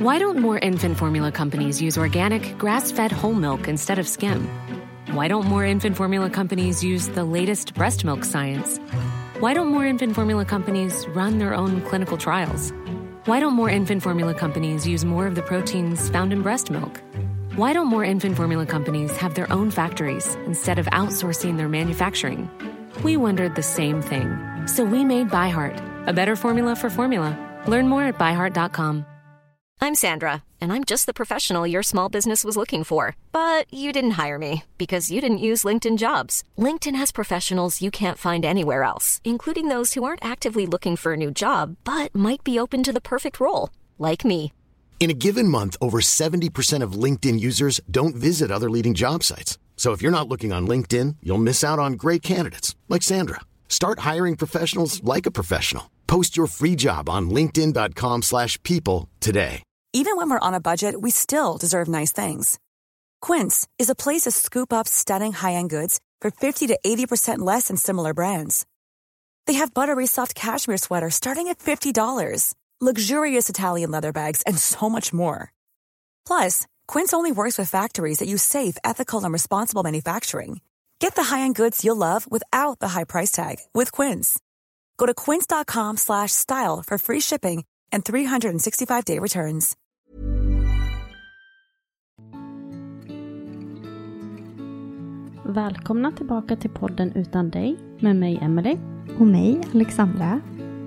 Why don't more infant formula companies use organic, grass-fed whole milk instead of skim? Why don't more infant formula companies use the latest breast milk science? Why don't more infant formula companies run their own clinical trials? Why don't more infant formula companies use more of the proteins found in breast milk? Why don't more infant formula companies have their own factories instead of outsourcing their manufacturing? We wondered the same thing. So we made ByHeart, a better formula for formula. Learn more at byheart.com. I'm Sandra, and I'm just the professional your small business was looking for. But you didn't hire me because you didn't use LinkedIn Jobs. LinkedIn has professionals you can't find anywhere else, including those who aren't actively looking for a new job, but might be open to the perfect role, like me. In a given month, over 70% of LinkedIn users don't visit other leading job sites. So if you're not looking on LinkedIn, you'll miss out on great candidates like Sandra. Start hiring professionals like a professional. Post your free job on linkedin.com/people today. Even when we're on a budget, we still deserve nice things. Quince is a place to scoop up stunning high-end goods for 50 to 80% less than similar brands. They have buttery soft cashmere sweaters starting at $50, luxurious Italian leather bags, and so much more. Plus, Quince only works with factories that use safe, ethical, and responsible manufacturing. Get the high-end goods you'll love without the high price tag with Quince. Go to quince.com/style for free shipping and 365-day returns. Välkomna tillbaka till podden Utan dig med mig Emily och mig Alexandra.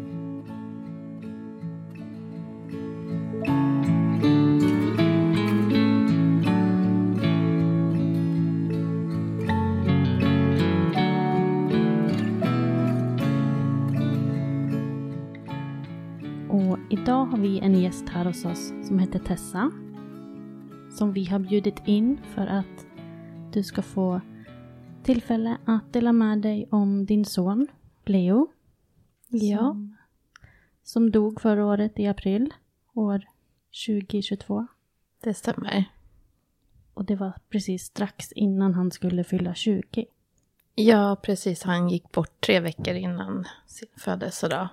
Och idag har vi en gäst här hos oss som heter Tessa, som vi har bjudit in för att du ska få tillfälle att dela med dig om din son Leo. Ja. Som dog förra året i april år 2022. Det stämmer. Och det var precis strax innan han skulle fylla 20. Ja, precis. Han gick bort 3 veckor innan sin födelsedag.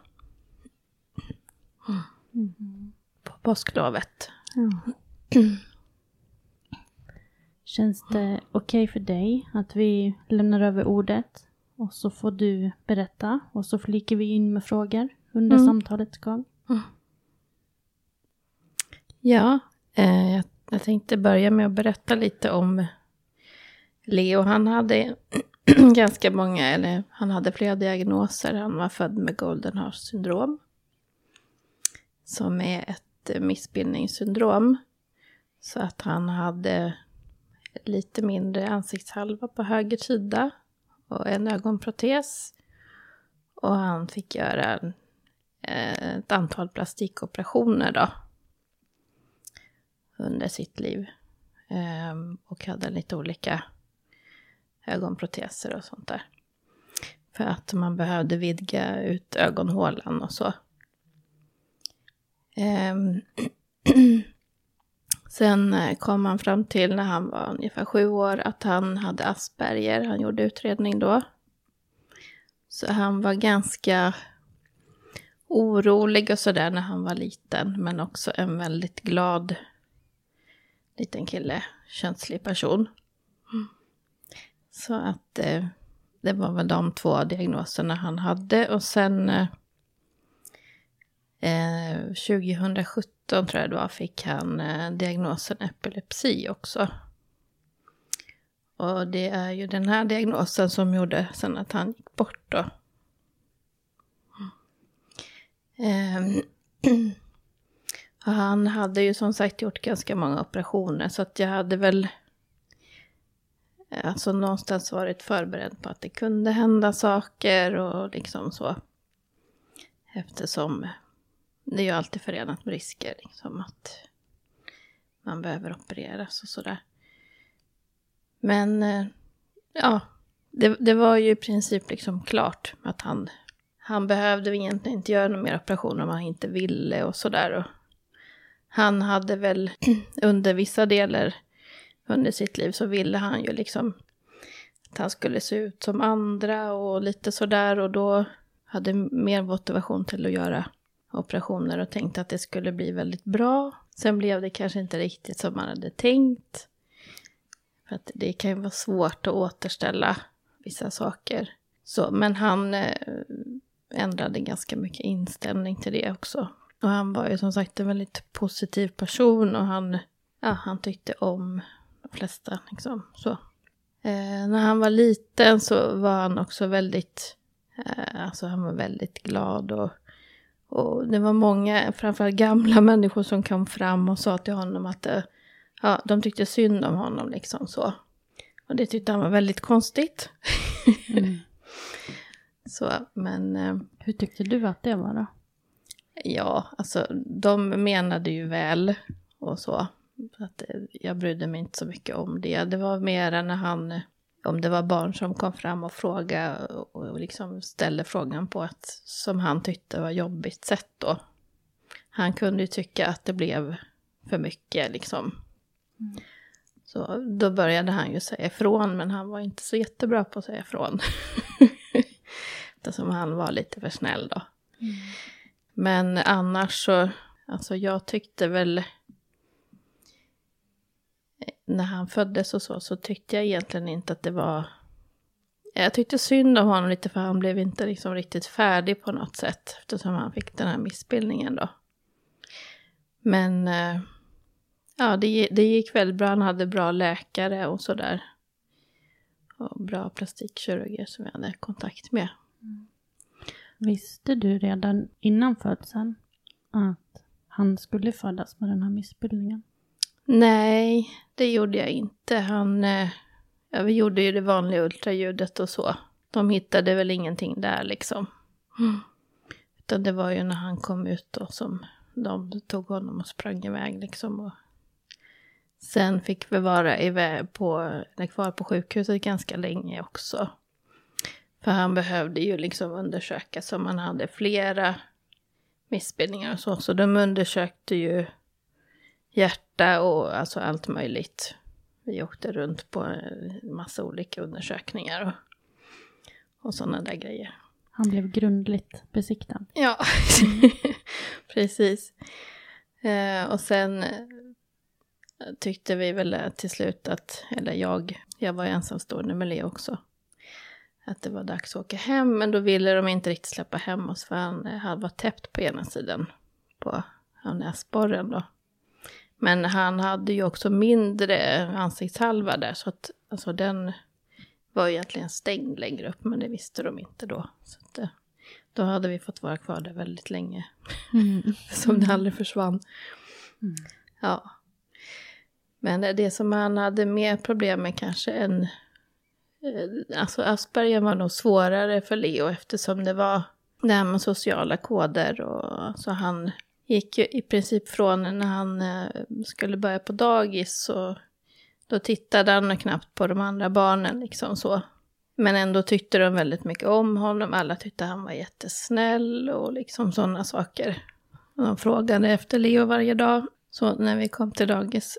På påsklovet. Ja. Känns det okej för dig att vi lämnar över ordet och så får du berätta och så flikar vi in med frågor under samtalets gång? Ja, jag tänkte börja med att berätta lite om Leo. Han hade ganska många, eller han hade flera diagnoser. Han var född med Golden Heart syndrom, som är ett missbildningssyndrom. Så att han hade lite mindre ansiktshalva på höger sida och en ögonprotes. Och han fick göra ett antal plastikoperationer då under sitt liv. Och hade lite olika ögonproteser och sånt där. För att man behövde vidga ut ögonhålan och så. Sen kom han fram till när han var ungefär 7 år att han hade Asperger. Han gjorde utredning då. Så han var ganska orolig och sådär när han var liten. Men också en väldigt glad liten kille. Känslig person. Så att det var väl de 2 diagnoserna han hade. Och sen 2017 tror jag det var, fick han diagnosen epilepsi också. Och det är ju den här diagnosen som gjorde sen att han gick bort då. Han hade ju som sagt gjort ganska många operationer, så att jag hade väl alltså någonstans varit förberedd på att det kunde hända saker och liksom så. Eftersom det är ju alltid förenat med risker liksom, att man behöver opereras och sådär. Men ja, det var ju i princip liksom klart att han behövde egentligen inte göra några mer operationer om han inte ville och sådär. Och han hade väl under vissa delar under sitt liv så ville han ju liksom att han skulle se ut som andra och lite sådär. Och då hade mer motivation till att göra operationer och tänkte att det skulle bli väldigt bra. Sen blev det kanske inte riktigt som man hade tänkt. För att det kan ju vara svårt att återställa vissa saker. Så, men han ändrade ganska mycket inställning till det också. Och han var ju som sagt en väldigt positiv person. Och han tyckte om de flesta liksom. Så. När han var liten så var han också väldigt... han var väldigt glad. Och det var många, framförallt gamla människor som kom fram och sa till honom att de tyckte synd om honom liksom så. Och det tyckte han var väldigt konstigt. Så, men... Hur tyckte du att det var då? Ja, alltså de menade ju väl och så. Att jag brydde mig inte så mycket om det. Det var mer när om det var barn som kom fram och frågade och liksom ställde frågan på ett som han tyckte var jobbigt sätt då. Han kunde ju tycka att det blev för mycket liksom. Så då började han ju säga ifrån, men han var inte så jättebra på att säga ifrån. Eftersom han var lite för snäll då. Men annars så, alltså jag tyckte väl, när han föddes och så tyckte jag egentligen inte att det var, jag tyckte synd om honom lite för han blev inte liksom riktigt färdig på något sätt. Eftersom han fick den här missbildningen då. Men ja, det gick väldigt bra. Han hade bra läkare och sådär. Och bra plastikkirurger som jag hade kontakt med. Visste du redan innan födseln att han skulle födas med den här missbildningen? Nej, det gjorde jag inte. Vi gjorde ju det vanliga ultraljudet och så. De hittade väl ingenting där liksom. Utan det var ju när han kom ut då som de tog honom och sprang iväg liksom. Och sen fick vi vara kvar på sjukhuset ganska länge också. För han behövde ju liksom undersöka så man hade flera missbildningar och så. Så de undersökte ju hjärta och alltså allt möjligt. Vi åkte runt på en massa olika undersökningar och sådana där grejer. Han blev grundligt besiktad. Ja, precis. Och sen tyckte vi väl till slut att, eller jag var ensamstående med Leo också, att det var dags att åka hem. Men då ville de inte riktigt släppa hem oss för han var täppt på ena sidan på näsborren då. Men han hade ju också mindre ansiktshalva där så att alltså den var egentligen stängd längre upp, men det visste de inte då. Så att, då hade vi fått vara kvar där väldigt länge. Som det aldrig försvann. Ja. Men det som han hade mer problem med kanske än... Alltså Asperger var nog svårare för Leo eftersom det var det här med sociala koder. Och, så han gick ju i princip från när han skulle börja på dagis så då tittade han knappt på de andra barnen liksom så. Men ändå tyckte de väldigt mycket om honom. Alla tyckte han var jättesnäll och liksom sådana saker. Och de frågade efter Leo varje dag. Så när vi kom till dagis.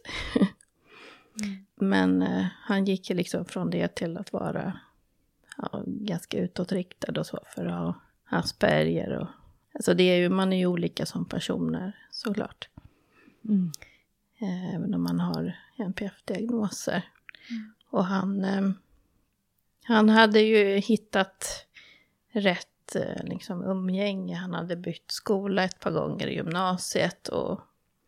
Men han gick ju liksom från det till att vara ganska utåtriktad och så. För att ha Asperger och... Alltså det är ju, man är ju olika som personer såklart. Även om man har NPF-diagnoser. Och han hade ju hittat rätt liksom umgänge. Han hade bytt skola ett par gånger i gymnasiet. Och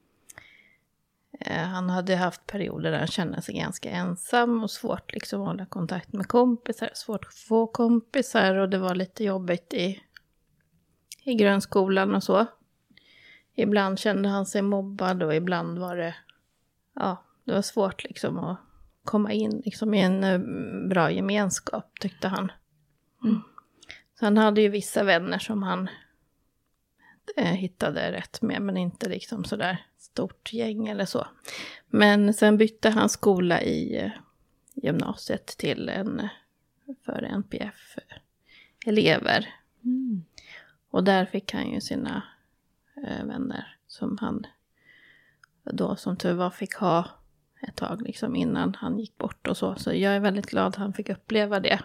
han hade haft perioder där han kände sig ganska ensam. Och svårt liksom att hålla kontakt med kompisar. Svårt att få kompisar. Och det var lite jobbigt i grundskolan och så. Ibland kände han sig mobbad och ibland var det... Ja, det var svårt liksom att komma in liksom i en bra gemenskap, tyckte han. Så han hade ju vissa vänner som han hittade rätt med, men inte liksom sådär stort gäng eller så. Men sen bytte han skola i gymnasiet till för NPF-elever. Och där fick han ju sina vänner som han då som tur var fick ha ett tag liksom innan han gick bort och så. Så jag är väldigt glad att han fick uppleva det.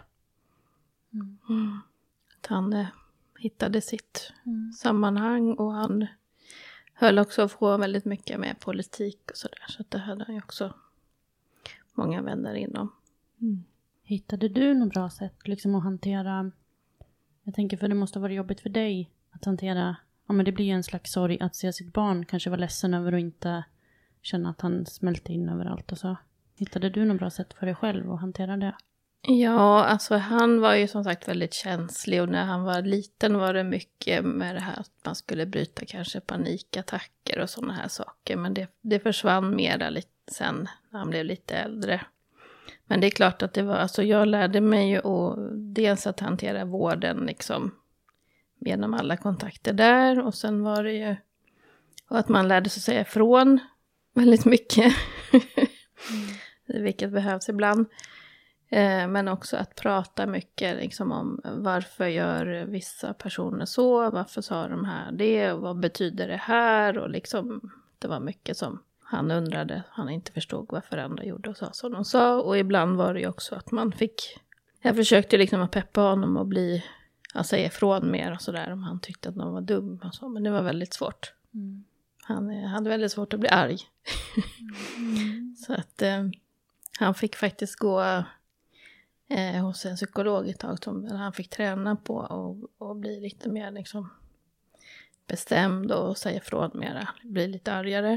Att han hittade sitt sammanhang och han höll också på väldigt mycket med politik och sådär. Så att det hade han ju också många vänner inom. Mm. Hittade du något bra sätt liksom att hantera, jag tänker för det måste vara jobbigt för dig att hantera, ja men det blir ju en slags sorg att se sitt barn kanske vara ledsen över och inte känna att han smälter in överallt och så. Hittade du något bra sätt för dig själv att hantera det? Ja, alltså han var ju som sagt väldigt känslig och när han var liten var det mycket med det här att man skulle bryta kanske panikattacker och sådana här saker. Men det försvann mera lite sen när han blev lite äldre. Men det är klart att det var, alltså jag lärde mig ju dels att hantera vården liksom genom alla kontakter där. Och sen var det ju att man lärde sig säga ifrån väldigt mycket. Vilket behövs ibland. Men också att prata mycket liksom om varför gör vissa personer så, varför sa de här det, vad betyder det här, och liksom det var mycket som han undrade, han inte förstod varför andra gjorde och sa som de sa, och ibland var det ju också att jag försökte liksom att peppa honom och säga ifrån mer och sådär om han tyckte att någon var dum och så, men det var väldigt svårt. Han hade väldigt svårt att bli arg. Så att han fick faktiskt gå hos en psykolog ett tag som han fick träna på och bli lite mer liksom bestämd och säga ifrån mera. Bli lite argare.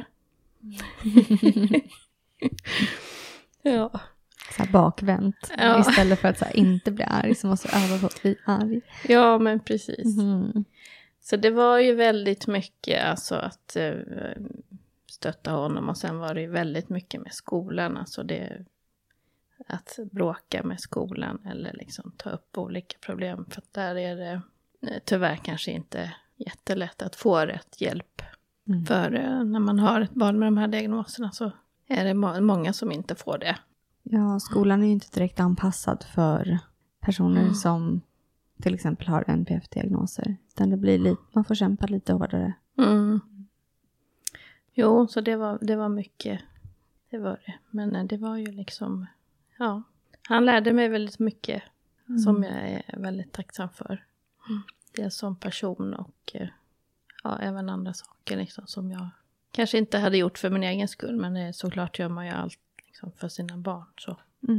Ja. Så här bakvänt. Ja. Istället för att så här, inte bli arg så måste öva på att bli arg. Ja, men precis. Så det var ju väldigt mycket alltså att stötta honom, och sen var det ju väldigt mycket med skolan, alltså det att bråka med skolan eller liksom ta upp olika problem, för att där är det tyvärr kanske inte jättelätt att få rätt hjälp. För när man har ett barn med de här diagnoserna så är det många som inte får det. Ja, skolan är ju inte direkt anpassad för personer som till exempel har NPF-diagnoser. Utan det blir man får kämpa lite hårdare. Jo, så det var mycket. Det var det. Men det var ju liksom, ja. Han lärde mig väldigt mycket som jag är väldigt tacksam för. Dels som person och även andra saker liksom, som jag kanske inte hade gjort för min egen skull. Men såklart gör man ju allt liksom, för sina barn. Så.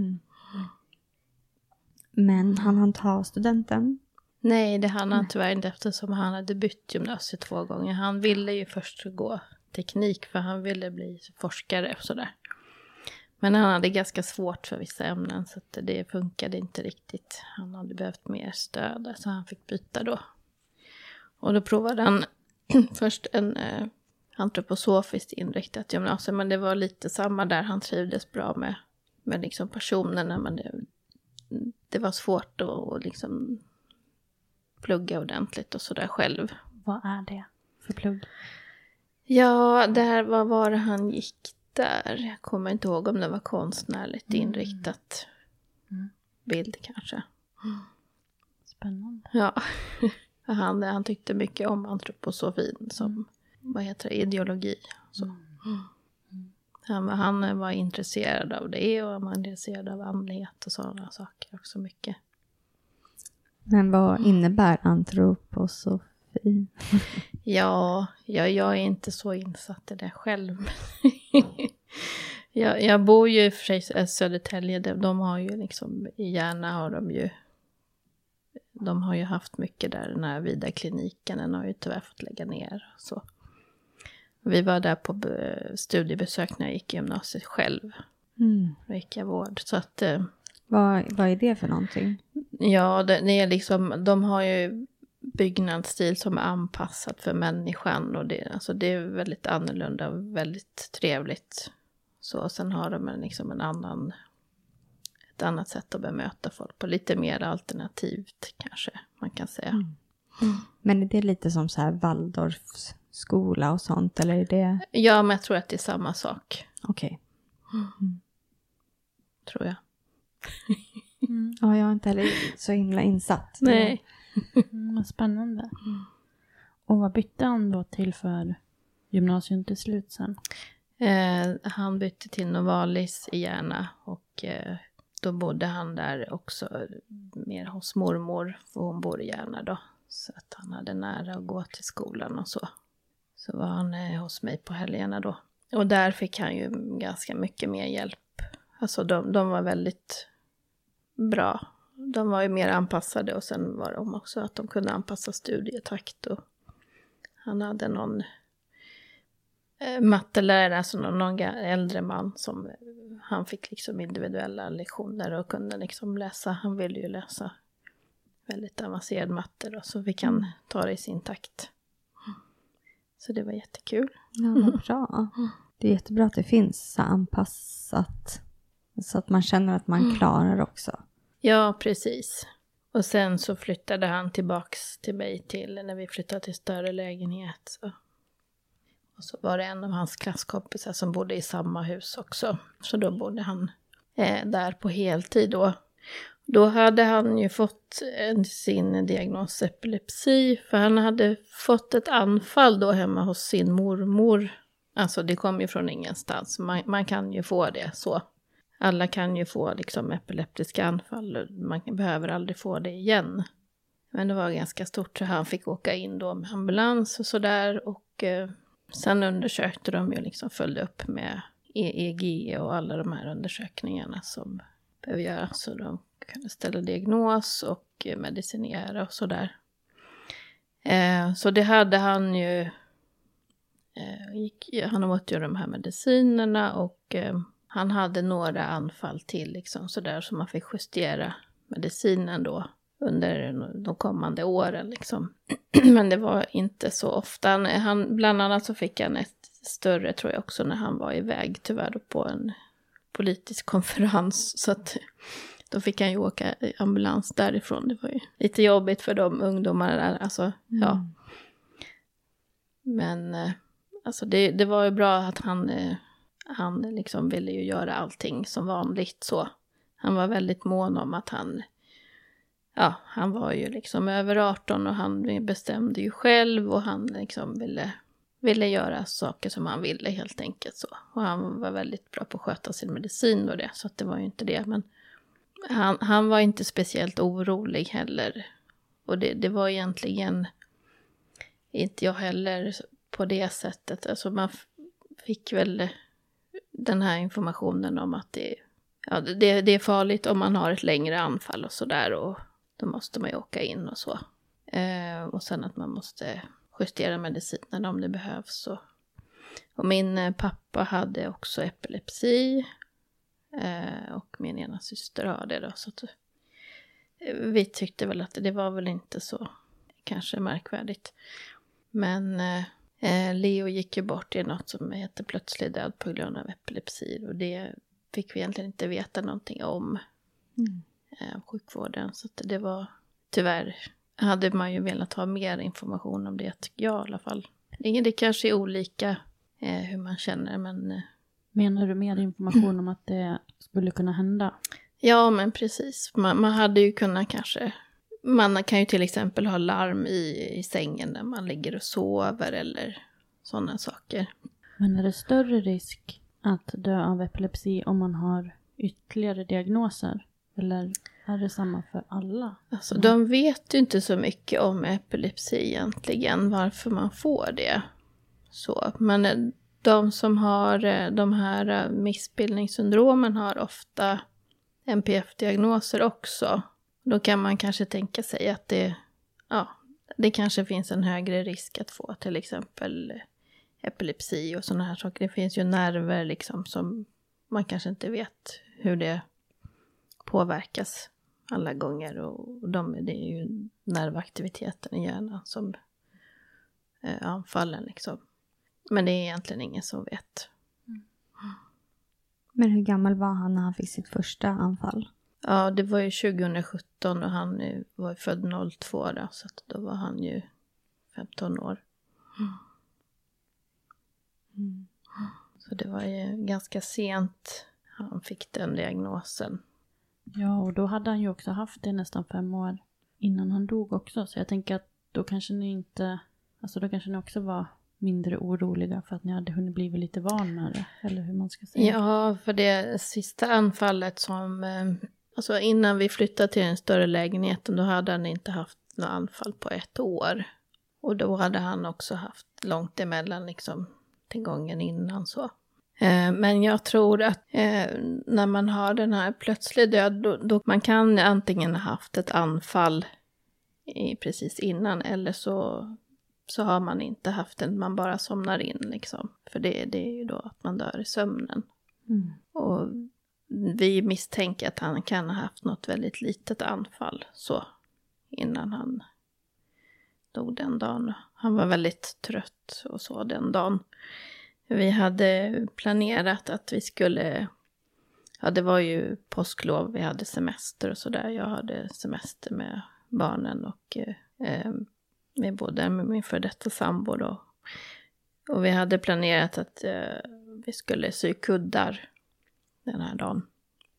Men han ta studenten? Nej, det hann han tyvärr inte, eftersom han hade bytt gymnasiet 2 gånger. Han ville ju först gå teknik för han ville bli forskare och sådär. Men han hade ganska svårt för vissa ämnen så att det funkade inte riktigt. Han hade behövt mer stöd så han fick byta då. Och då provade han först en antroposofiskt inriktat gymnasium, men det var lite samma där, han trivdes bra med liksom personerna, men det var svårt att liksom plugga ordentligt och sådär själv. Vad är det för plugg? Ja, vad var det han gick där? Jag kommer inte ihåg om det var konstnärligt inriktat. Bild kanske. Spännande. Ja, han tyckte mycket om antroposofin som, ideologi. Så. Han var intresserad av det och han var intresserad av andlighet och sådana saker också mycket. Men vad innebär antroposofi? Ja, jag är inte så insatt i det själv. jag bor ju i Södertälje, de har ju liksom, i Järna har de har ju haft mycket där, den här vida kliniken, den har ju tyvärr fått lägga ner. Så. Vi var där på studiebesök när jag gick i gymnasiet själv. Då gick jag vård. Så att, vad är det för någonting? Ja, det är liksom, de har ju byggnadsstil som är anpassat för människan. Och det är väldigt annorlunda och väldigt trevligt. Så sen har de liksom ett annat sätt att bemöta folk på, lite mer alternativt kanske man kan säga. Men är det lite som så här Waldorfs skola och sånt, eller är det? Ja, men jag tror att det är samma sak. Okej. Tror jag. Ja, jag är inte heller så himla insatt. Nej. Vad spännande. Och vad bytte han då till för gymnasium till slut sen? Han bytte till Novalis i Järna och då bodde han där också mer hos mormor, för hon bor i Järna då. Så att han hade nära att gå till skolan och så. så var han hos mig på helgerna då. Och där fick han ju ganska mycket mer hjälp. Alltså de var väldigt bra. De var ju mer anpassade och sen var de också att de kunde anpassa studietakt. Och han hade någon mattelärare, alltså någon äldre man som han fick liksom individuella lektioner och kunde liksom läsa. Han ville ju läsa väldigt avancerad matte då, så fick han ta det i sin takt. Så det var jättekul. Ja, vad bra. Det är jättebra att det finns så anpassat så att man känner att man klarar också. Ja, precis. Och sen så flyttade han tillbaks till mig när vi flyttade till större lägenhet. Så. Och så var det en av hans klasskompisar som bodde i samma hus också. Så då bodde han där på heltid då. Då hade han ju fått sin diagnos epilepsi. För han hade fått ett anfall då hemma hos sin mormor. Alltså det kom ju från ingenstans. Man kan ju få det så. Alla kan ju få liksom epileptiska anfall. Man behöver aldrig få det igen. Men det var ganska stort så han fick åka in då med ambulans och sådär. Och sen undersökte de ju liksom, följde upp med EEG och alla de här undersökningarna som behöver göras. Så de kunde ställa diagnos och medicinera och sådär. Så det hade han ju. Han åt ju de här medicinerna och han hade några anfall till liksom sådär, så man fick justera medicinen då under de kommande åren liksom. Men det var inte så ofta. Bland annat så fick han ett större, tror jag också, när han var iväg tyvärr då på en politisk konferens, så att då fick han ju åka ambulans därifrån. Det var ju lite jobbigt för de ungdomarna där, alltså ja. Men alltså det var ju bra att han liksom ville ju göra allting som vanligt så. Han var väldigt mån om att han var ju liksom över 18 och han bestämde ju själv och han liksom ville göra saker som han ville helt enkelt så. Och han var väldigt bra på att sköta sin medicin och det, så att det var ju inte det. Men han var inte speciellt orolig heller. Och det var egentligen inte jag heller på det sättet. Alltså man fick väl den här informationen om att det är farligt om man har ett längre anfall och sådär, och då måste man ju åka in och så. Och sen att man måste justera medicinen om det behövs. Och min pappa hade också epilepsi och min ena syster har det då. Så att vi tyckte väl att det var väl inte så kanske märkvärdigt. Men Leo gick ju bort i något som heter plötslig död på grund av epilepsi. Och det fick vi egentligen inte veta någonting om sjukvården. Så att det var, tyvärr hade man ju velat ha mer information om det, tycker jag i alla fall. Det kanske är olika hur man känner, men... Menar du mer information om att det skulle kunna hända? Ja, men precis. Man hade ju kunnat kanske... Man kan ju till exempel ha larm i sängen när man ligger och sover eller sådana saker. Men är det större risk att dö av epilepsi om man har ytterligare diagnoser? Eller är det samma för alla? Alltså de vet ju inte så mycket om epilepsi egentligen, varför man får det. Så, men de som har de här missbildningssyndromen har ofta NPF-diagnoser också. Då kan man kanske tänka sig att det kanske finns en högre risk att få till exempel epilepsi och sådana här saker. Det finns ju nerver liksom som man kanske inte vet hur det påverkas alla gånger. Och det är ju nervaktiviteten i hjärnan som anfallen liksom. Men det är egentligen ingen som vet. Men hur gammal var han när han fick sitt första anfall? Ja, det var ju 2017 och han var född 02 då, så att då var han ju 15 år. Så det var ju ganska sent han fick den diagnosen. Ja, och då hade han ju också haft det nästan 5 år innan han dog också. Så jag tänker att då kanske ni också var mindre oroliga för att ni hade hunnit bli lite van med det. Eller hur man ska säga. Ja, för det sista anfallet som... Alltså innan vi flyttade till den större lägenheten, då hade han inte haft något anfall på 1 år. Och då hade han också haft långt emellan liksom till gången innan så. Men jag tror att när man har den här plötslig död, då man kan antingen ha haft ett anfall precis innan, eller så har man inte haft den, man bara somnar in liksom. För det är ju då att man dör i sömnen. Mm. Och vi misstänker att han kan ha haft något väldigt litet anfall så innan han dog den dagen. Han var väldigt trött och så den dagen. Vi hade planerat att vi skulle, ja det var ju påsklov, vi hade semester och sådär. Jag hade semester med barnen och vi bodde med min för detta sambo då. Och vi hade planerat att vi skulle sy kuddar den här dagen.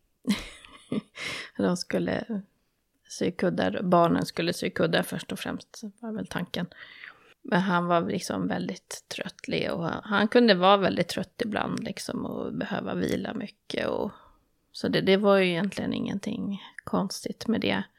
De skulle sy kuddar, barnen skulle sy kuddar först och främst, var väl tanken. Men han var liksom väldigt trött, Leo. Han kunde vara väldigt trött ibland liksom och behöva vila mycket. Och, så det var ju egentligen ingenting konstigt med det.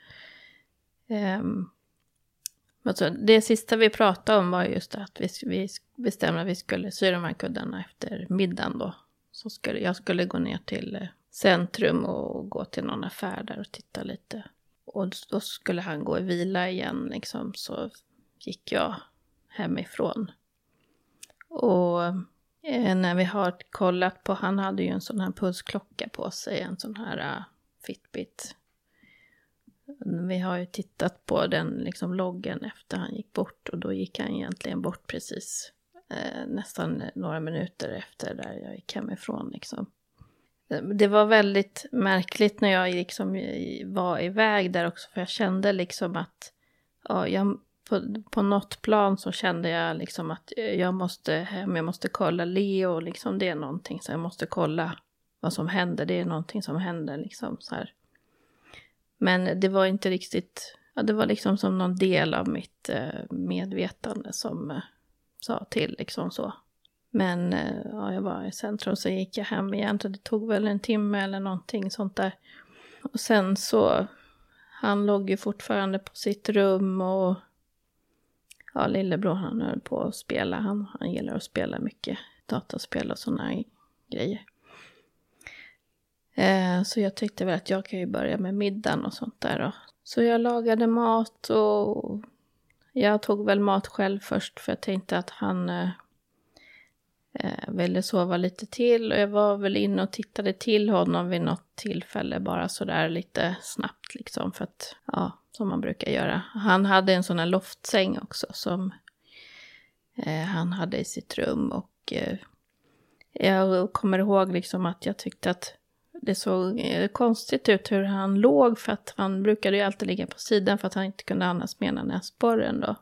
Alltså, det sista vi pratade om var just att vi bestämde att vi skulle sy de här kuddarna efter middagen då. Så jag skulle gå ner till centrum och gå till någon affär där och titta lite. Och då skulle han gå och vila igen liksom, så gick jag hemifrån. Och när vi har kollat på, han hade ju en sån här pulsklocka på sig, en sån här Fitbit. Vi har ju tittat på den liksom loggen efter han gick bort, och då gick han egentligen bort precis nästan några minuter efter där jag gick hemifrån liksom. Det var väldigt märkligt när jag liksom var iväg där också, för jag kände liksom att på något plan så kände jag liksom att jag måste kolla Leo liksom, det är någonting så jag måste kolla vad som händer, det är någonting som händer liksom så här. Men det var inte riktigt, det var liksom som någon del av mitt medvetande som sa till liksom så. Men jag var i centrum, så gick jag hem igen, och det tog väl en timme eller någonting sånt där. Och sen så, han låg ju fortfarande på sitt rum, och lillebror han höll på att spela. Han gillar att spela mycket dataspel och såna grejer. Så jag tyckte väl att jag kan ju börja med middagen och sånt där då. Så jag lagade mat, och jag tog väl mat själv först, för jag tänkte att han ville sova lite till, och jag var väl inne och tittade till honom vid något tillfälle, bara sådär lite snabbt liksom, för att, som man brukar göra. Han hade en sån här loftsäng också som han hade i sitt rum, och jag kommer ihåg liksom att jag tyckte att det såg konstigt ut hur han låg, för att han brukade ju alltid ligga på sidan för att han inte kunde andas med näsborren då.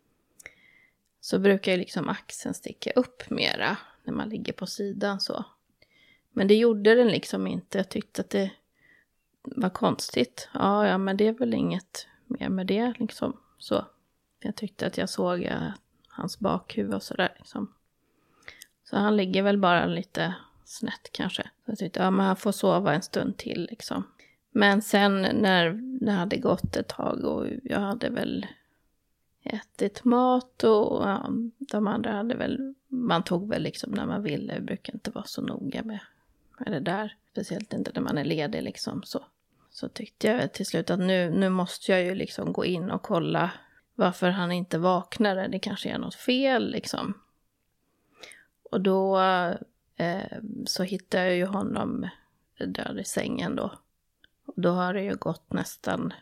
Så brukar ju liksom axeln sticka upp mera när man ligger på sidan så. Men det gjorde den liksom inte. Jag tyckte att det var konstigt. Ja, men det är väl inget mer med det liksom så. Jag tyckte att jag såg hans bakhuvud och sådär liksom. Så han ligger väl bara lite snett kanske. Så jag tyckte, men han får sova en stund till liksom. Men sen när det hade gått ett tag, och jag hade väl ätit mat, och de andra hade väl, man tog väl liksom när man ville, det brukar inte vara så noga med det där, speciellt inte när man är ledig liksom så tyckte jag till slut att nu måste jag ju liksom gå in och kolla varför han inte vaknade, det kanske är något fel liksom. Och då så hittade jag ju honom död i sängen då, och då har det ju gått nästan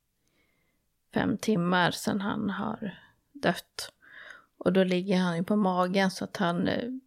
5 timmar sedan han har dött. Och då ligger han ju på magen, så att han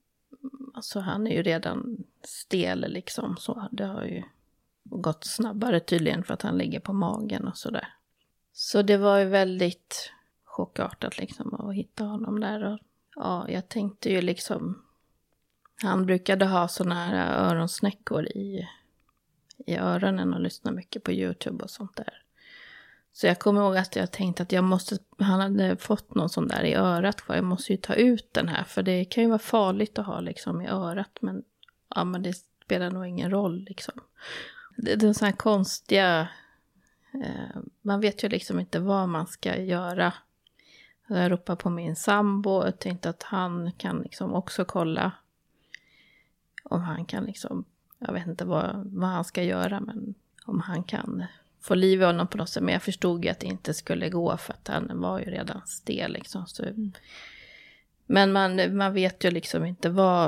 är ju redan stel liksom. Så det har ju gått snabbare tydligen för att han ligger på magen och sådär. Så det var ju väldigt chockartat liksom att hitta honom där. Och, jag tänkte ju liksom, han brukade ha såna här öronsnäckor i öronen och lyssna mycket på YouTube och sånt där. Så jag kommer ihåg att jag tänkte att han hade fått någon sån där i örat kvar. Jag måste ju ta ut den här, för det kan ju vara farligt att ha liksom i örat. Men det spelar nog ingen roll liksom. Det är så här konstiga, man vet ju liksom inte vad man ska göra Jag ropade på min sambo och tänkte att han kan liksom också kolla om han kan liksom, jag vet inte vad han ska göra, men om han kan få liv i honom på något sätt. Men jag förstod ju att det inte skulle gå för att han var ju redan stel liksom. Så. Men man vet ju liksom inte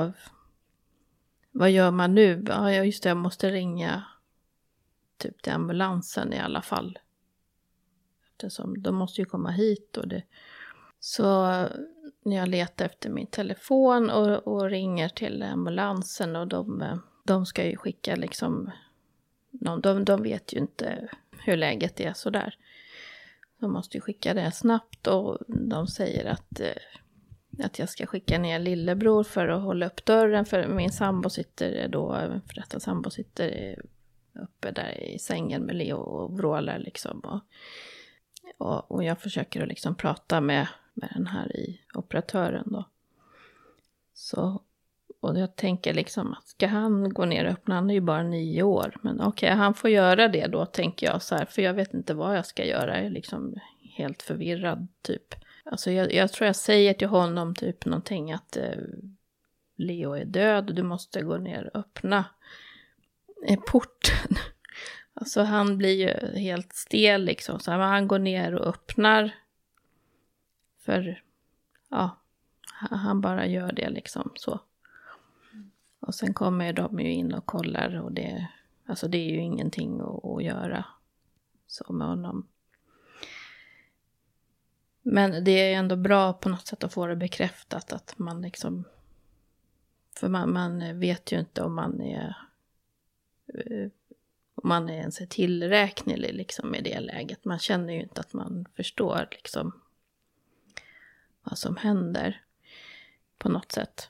vad gör man nu? Ja, just det, jag måste ringa typ till ambulansen i alla fall. Eftersom de måste ju komma hit och det. Så när jag letar efter min telefon och ringer till ambulansen och de ska ju skicka liksom, de vet ju inte hur läget är sådär. De måste ju skicka det snabbt och de säger att jag ska skicka ner lillebror för att hålla upp dörren, för min sambo sitter då, för detta sambo sitter uppe där i sängen med Leo och vrålar liksom. Och jag försöker att liksom prata med den här i operatören då. Så, och jag tänker liksom att ska han gå ner och öppna, han är ju bara 9 år. Men okej, han får göra det då, tänker jag så här. För jag vet inte vad jag ska göra, jag är liksom helt förvirrad typ. Alltså jag tror jag säger till honom typ någonting att Leo är död och du måste gå ner och öppna porten. Alltså han blir ju helt stel liksom. Så han går ner och öppnar. För ja, han bara gör det liksom så. Och sen kommer de ju in och kollar och det är ju ingenting att göra så med honom. Men det är ändå bra på något sätt att få det bekräftat att man liksom, för man vet ju inte om man ens är tillräknelig liksom i det läget. Man känner ju inte att man förstår liksom vad som händer på något sätt.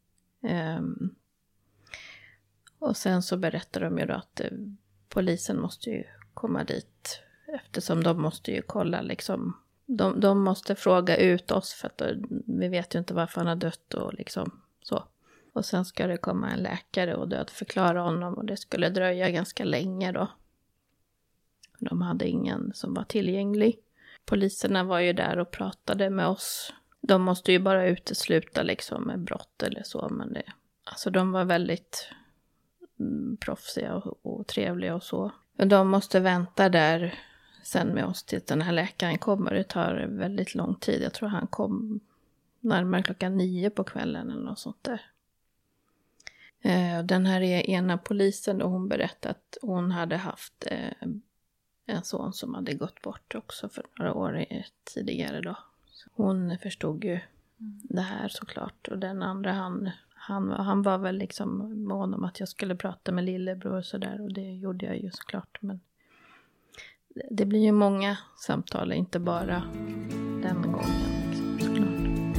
Och sen så berättar de ju då att polisen måste ju komma dit, eftersom de måste ju kolla liksom, de måste fråga ut oss för att vi vet ju inte varför han har dött och liksom så. Och sen ska det komma en läkare och dödförklara honom och det skulle dröja ganska länge då. De hade ingen som var tillgänglig. Poliserna var ju där och pratade med oss. De måste ju bara utesluta liksom med brott eller så, men alltså de var väldigt proffsiga och trevliga och så. Men de måste vänta där sen med oss tills den här läkaren kommer. Det tar väldigt lång tid. Jag tror han kom närmare 9:00 på kvällen eller något sånt där. Den här ena polisen då, hon berättade att hon hade haft en son som hade gått bort också för några år tidigare då. Så hon förstod ju det här såklart. Och den andra han var väl liksom mån om att jag skulle prata med lillebror och sådär. Och det gjorde jag ju såklart. Men det blir ju många samtal, inte bara den gången liksom, såklart.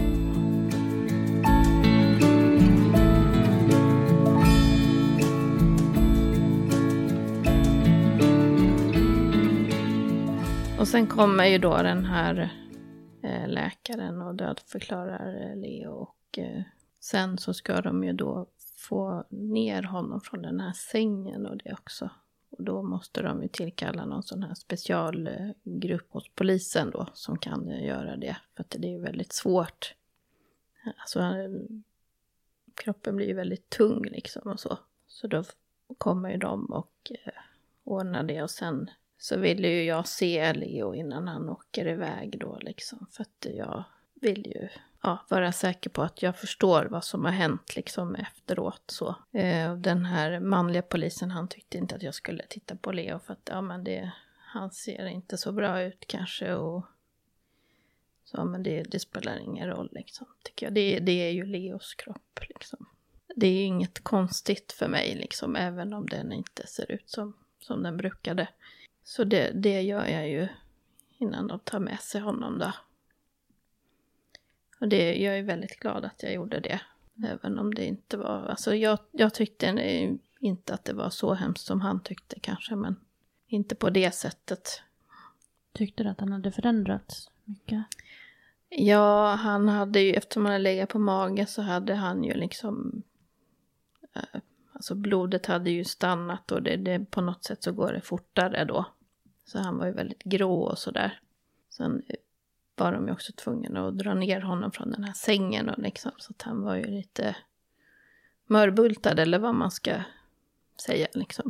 Och sen kommer ju då den här läkaren och dödförklarar Leo. Och sen så ska de ju då få ner honom från den här sängen och det också. Och då måste de ju tillkalla någon sån här specialgrupp hos polisen då som kan göra det. För att det är ju väldigt svårt. Alltså kroppen blir ju väldigt tung liksom och så. Så då kommer ju de och ordnar det och sen så vill ju jag se Leo innan han åker iväg då liksom. För att jag vill ju vara säker på att jag förstår vad som har hänt liksom efteråt så. Den här manliga polisen, han tyckte inte att jag skulle titta på Leo för att han ser inte så bra ut kanske och så, men det spelar ingen roll liksom, tycker jag. Det är ju Leos kropp liksom. Det är inget konstigt för mig liksom, även om den inte ser ut som den brukade. Så det gör jag ju innan de tar med sig honom då. Och jag är väldigt glad att jag gjorde det. Även om det inte var... Alltså jag tyckte inte att det var så hemskt som han tyckte kanske. Men inte på det sättet. Tyckte du att han hade förändrats mycket? Ja, han hade ju... Eftersom han hade legat på mage så hade han ju liksom... Alltså blodet hade ju stannat och det på något sätt så går det fortare då. Så han var ju väldigt grå och sådär. Sen var de ju också tvungna att dra ner honom från den här sängen. Och liksom, så att han var ju lite mörbultad eller vad man ska säga liksom.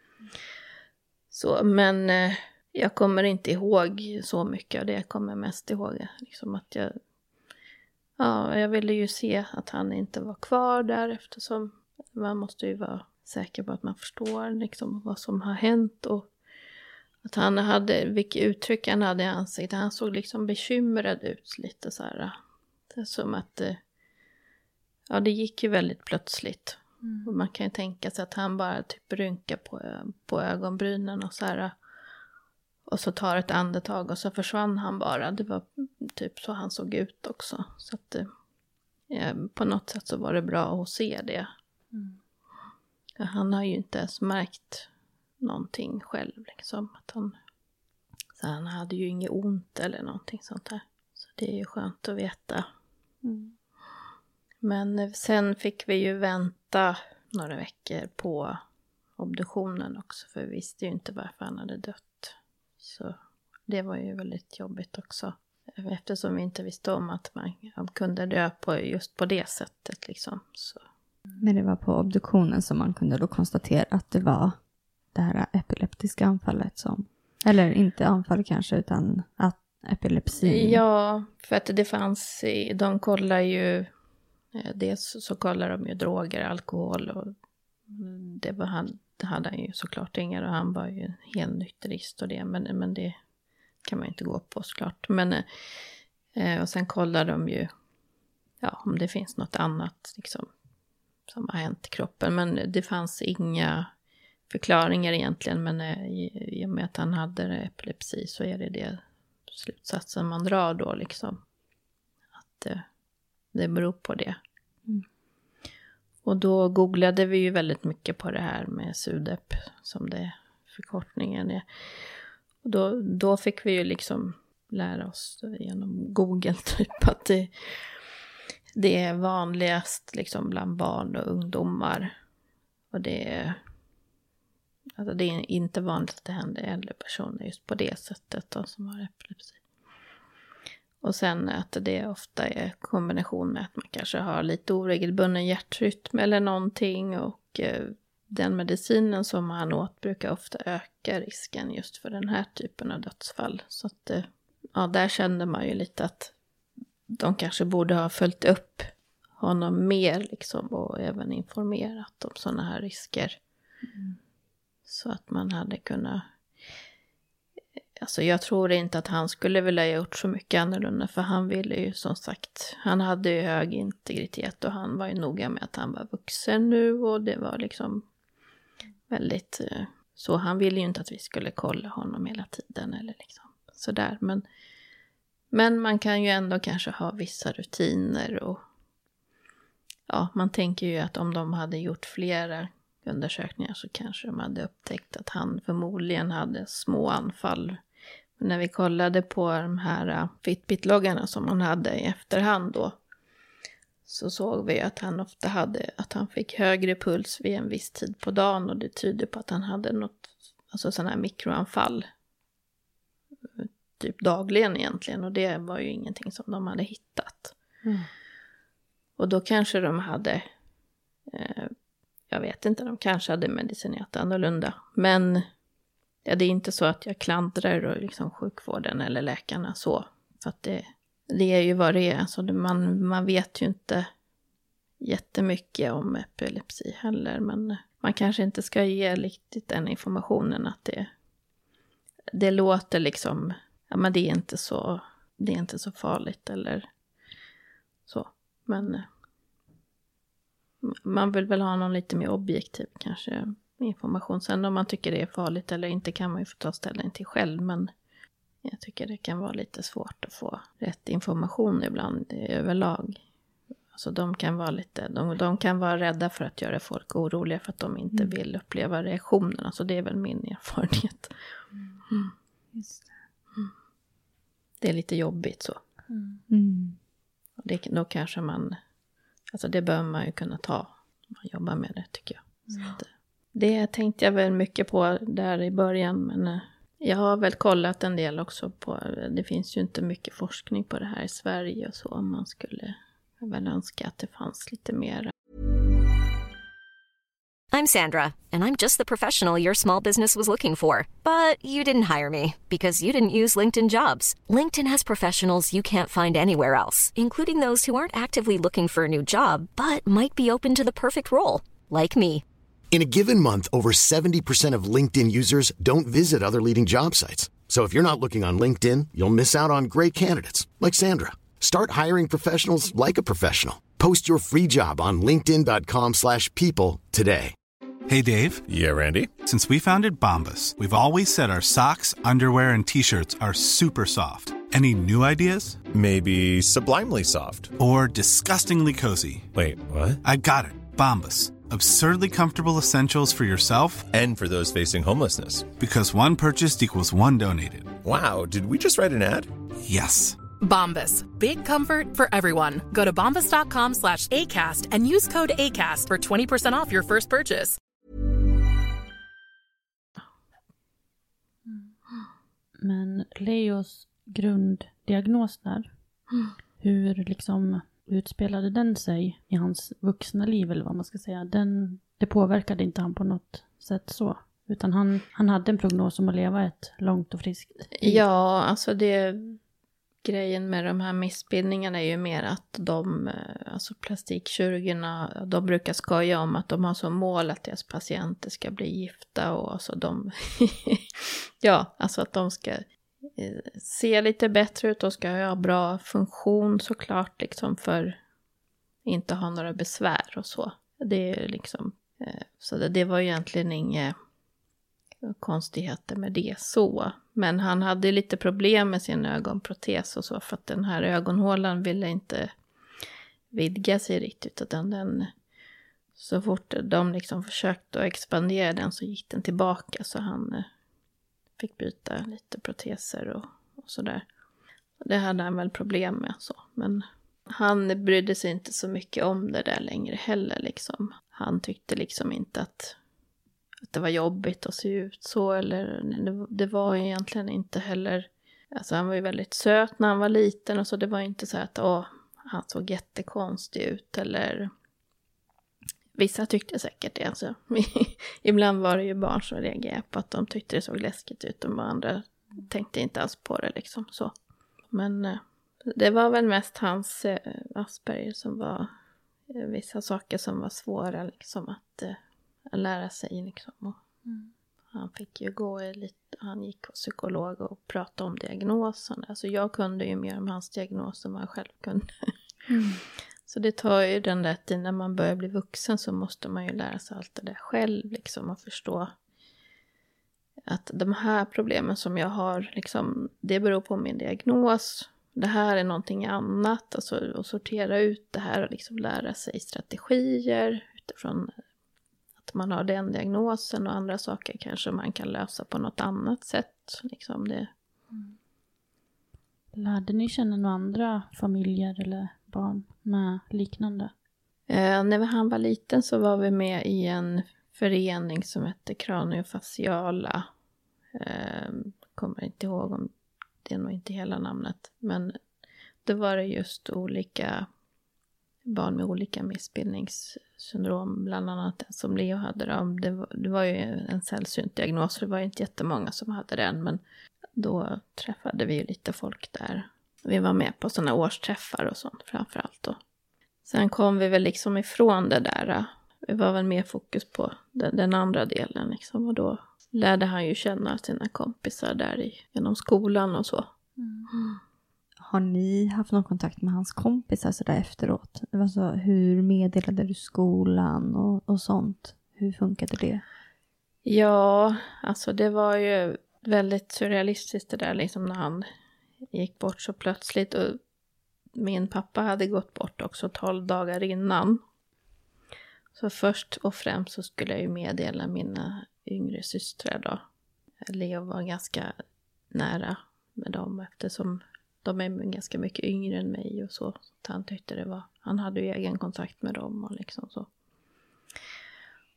Så, men jag kommer inte ihåg så mycket av det. Jag kommer mest ihåg liksom att jag ville ju se att han inte var kvar där, eftersom man måste ju vara säker på att man förstår liksom vad som har hänt och att han hade, vilket uttryck han hade i ansiktet. Han såg liksom bekymrad ut lite så här. Det är som att det gick ju väldigt plötsligt. Och man kan ju tänka sig att han bara typ rynkar på ögonbrynen och så här. Och så tar ett andetag och så försvann han bara. Det var typ så han såg ut också. Så att på något sätt så var det bra att se det. Han har ju inte ens märkt någonting själv liksom. Så han hade ju inget ont eller någonting sånt där. Så det är ju skönt att veta. Men sen fick vi ju vänta några veckor på obduktionen också. För vi visste ju inte varför han hade dött. Så det var ju väldigt jobbigt också. Eftersom vi inte visste om att man kunde dö just på det sättet liksom. Så. Men det var på obduktionen som man kunde då konstatera att det var det här epileptiska anfallet som... Eller inte anfall kanske, utan att epilepsi... Ja, för att det fanns... De kollar ju... Dels så kollar de ju droger, alkohol och... Det hade han ju såklart inga, och han var ju en hel nykterist och det. Men det kan man ju inte gå på såklart. Men, och sen kollar de ju... Ja, om det finns något annat liksom... som har hänt i kroppen. Men det fanns inga förklaringar egentligen. Men i och med att han hade epilepsi så är det slutsatsen man drar då liksom. Att det beror på det. Och då googlade vi ju väldigt mycket på det här med SUDEP som det förkortningen är. Och då fick vi ju liksom lära oss genom Google typ att det är vanligast liksom bland barn och ungdomar. Och det är inte vanligt att det händer äldre personer just på det sättet då, som har epilepsi. Och sen att det ofta är kombination med att man kanske har lite oregelbunden hjärtrytm eller någonting. Och den medicinen som han åt brukar ofta öka risken just för den här typen av dödsfall. Så att där kände man ju lite att de kanske borde ha följt upp honom mer liksom, och även informerat om sådana här risker. Så att man hade kunnat... Alltså jag tror inte att han skulle vilja ha gjort så mycket annorlunda, för han ville ju som sagt, han hade ju hög integritet och han var ju noga med att han var vuxen nu och det var liksom väldigt... Så han ville ju inte att vi skulle kolla honom hela tiden eller liksom sådär, men man kan ju ändå kanske ha vissa rutiner och ja, man tänker ju att om de hade gjort flera undersökningar så kanske de hade upptäckt att han förmodligen hade små anfall. Men när vi kollade på de här Fitbit-loggarna som han hade i efterhand då, så såg vi att han ofta han fick högre puls vid en viss tid på dagen, och det tyder på att han hade något, alltså sådana här mikroanfall typ dagligen egentligen, och det var ju ingenting som de hade hittat. Och då kanske de hade jag vet inte, de kanske hade medicinerat annorlunda. Men det är inte så att jag klandrar liksom sjukvården eller läkarna så. För att det är ju vad det är. Alltså man vet ju inte jättemycket om epilepsi heller. Men man kanske inte ska ge riktigt den informationen att det låter liksom... Ja, men det är inte så farligt eller så. Men... Man vill väl ha någon lite mer objektiv kanske information. Sen om man tycker det är farligt eller inte kan man ju få ta ställning till själv. Men jag tycker det kan vara lite svårt att få rätt information ibland överlag. Alltså de kan vara rädda för att göra folk oroliga för att de inte vill uppleva reaktionen. Alltså det är väl min erfarenhet. Just det. Det är lite jobbigt så. Och då kanske man... Alltså det bör man ju kunna ta om man jobbar med det tycker jag. Så att, det tänkte jag väl mycket på där i början. Men Jag har väl kollat en del också på, det finns ju inte mycket forskning på det här i Sverige och så. Man skulle väl önska att det fanns lite mer. I'm Sandra, and I'm just the professional your small business was looking for. But you didn't hire me because you didn't use LinkedIn Jobs. LinkedIn has professionals you can't find anywhere else, including those who aren't actively looking for a new job, but might be open to the perfect role, like me. In a given month, over 70% of LinkedIn users don't visit other leading job sites. So if you're not looking on LinkedIn, you'll miss out on great candidates like Sandra. Start hiring professionals like a professional. Post your free job on linkedin.com/people today. Hey, Dave. Yeah, Randy. Since we founded Bombas, we've always said our socks, underwear, and T-shirts are super soft. Any new ideas? Maybe sublimely soft. Or disgustingly cozy. Wait, what? I got it. Bombas. Absurdly comfortable essentials for yourself and for those facing homelessness. Because one purchased equals one donated. Wow, did we just write an ad? Yes. Bombas. Big comfort for everyone. Go to bombas.com/ACAST and use code ACAST for 20% off your first purchase. Men Leos grunddiagnos där, hur liksom utspelade den sig i hans vuxna liv eller vad man ska säga? Det påverkade inte han på något sätt så. Utan han hade en prognos om att leva ett långt och friskt liv. Ja, alltså grejen med de här missbildningarna är ju mer att alltså plastikkirurgerna, de brukar skoja om att de har som mål att deras patienter ska bli gifta och alltså ja, alltså att de ska se lite bättre ut och ska ha bra funktion såklart liksom för inte ha några besvär och så. Det är liksom, så det var egentligen inga konstigheter med det så. Men han hade lite problem med sin ögonprotes och så för att den här ögonhålan ville inte vidga sig riktigt utan den så fort de liksom försökte att expandera den så gick den tillbaka så han fick byta lite proteser och sådär. Det hade han väl problem med så. Men han brydde sig inte så mycket om det där längre heller liksom. Han tyckte liksom inte att det var jobbigt att se ut så. Eller det var egentligen inte heller. Alltså han var ju väldigt söt när han var liten och så. Det var inte så att han såg jättekonstig ut eller. Vissa tyckte säkert det. Alltså. Ibland var det ju barn som reagerade på att de tyckte det såg läskigt ut. Och andra tänkte inte alls på det liksom så. Men det var väl mest hans Asperger som var vissa saker som var svåra liksom att lära sig liksom. Och han fick ju han gick hos psykolog och pratade om diagnosen. Alltså jag kunde ju mer om hans diagnos än vad jag själv kunde. Så det tar ju den där tiden när man börjar bli vuxen så måste man ju lära sig allt det där själv liksom och förstå att de här problemen som jag har liksom, det beror på min diagnos. Det här är någonting annat, alltså att sortera ut det här och liksom lära sig strategier utifrån att man har den diagnosen och andra saker kanske man kan lösa på något annat sätt liksom det. Lärde ni känna några andra familjer eller barn med liknande? När han var liten så var vi med i en förening som hette Kraniofaciala. Kommer inte ihåg om det är nog inte hela namnet. Men det var det just olika barn med olika missbildningssyndrom. Bland annat den som Leo hade. Det var ju en sällsynt diagnos. Det var ju inte jättemånga som hade den. Men då träffade vi ju lite folk där. Vi var med på sådana årsträffar och sånt framförallt då. Sen kom vi väl liksom ifrån det där. Vi var väl mer fokus på den andra delen liksom. Och då lärde han ju känna sina kompisar där genom skolan och så. Har ni haft någon kontakt med hans kompisar så där efteråt? Det var så, hur meddelade du skolan och sånt? Hur funkade det? Ja, alltså det var ju väldigt surrealistiskt det där liksom när han gick bort så plötsligt. Och min pappa hade gått bort också 12 dagar innan. Så först och främst så skulle jag ju meddela mina yngre systrar då. Leo var ganska nära med dem eftersom de är ganska mycket yngre än mig och så. Så han tyckte han hade ju egen kontakt med dem och liksom så.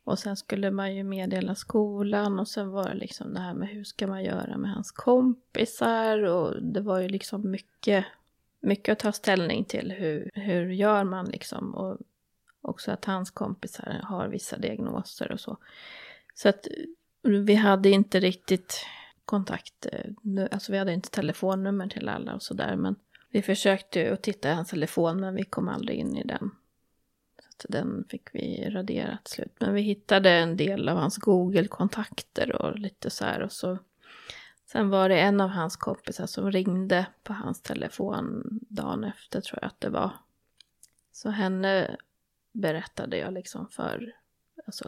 Och sen skulle man ju meddela skolan och sen var det liksom det här med hur ska man göra med hans kompisar. Och det var ju liksom mycket att ta ställning till. Hur gör man liksom. Och också att hans kompisar har vissa diagnoser och så. Så att vi hade inte riktigt kontakt. Alltså vi hade inte telefonnummer till alla och sådär. Men vi försökte att titta i hans telefon men vi kom aldrig in i den. Så den fick vi raderat slut. Men vi hittade en del av hans Google-kontakter och lite så här. Och så, sen var det en av hans kompisar som ringde på hans telefon dagen efter tror jag att det var. Så henne berättade jag liksom för, alltså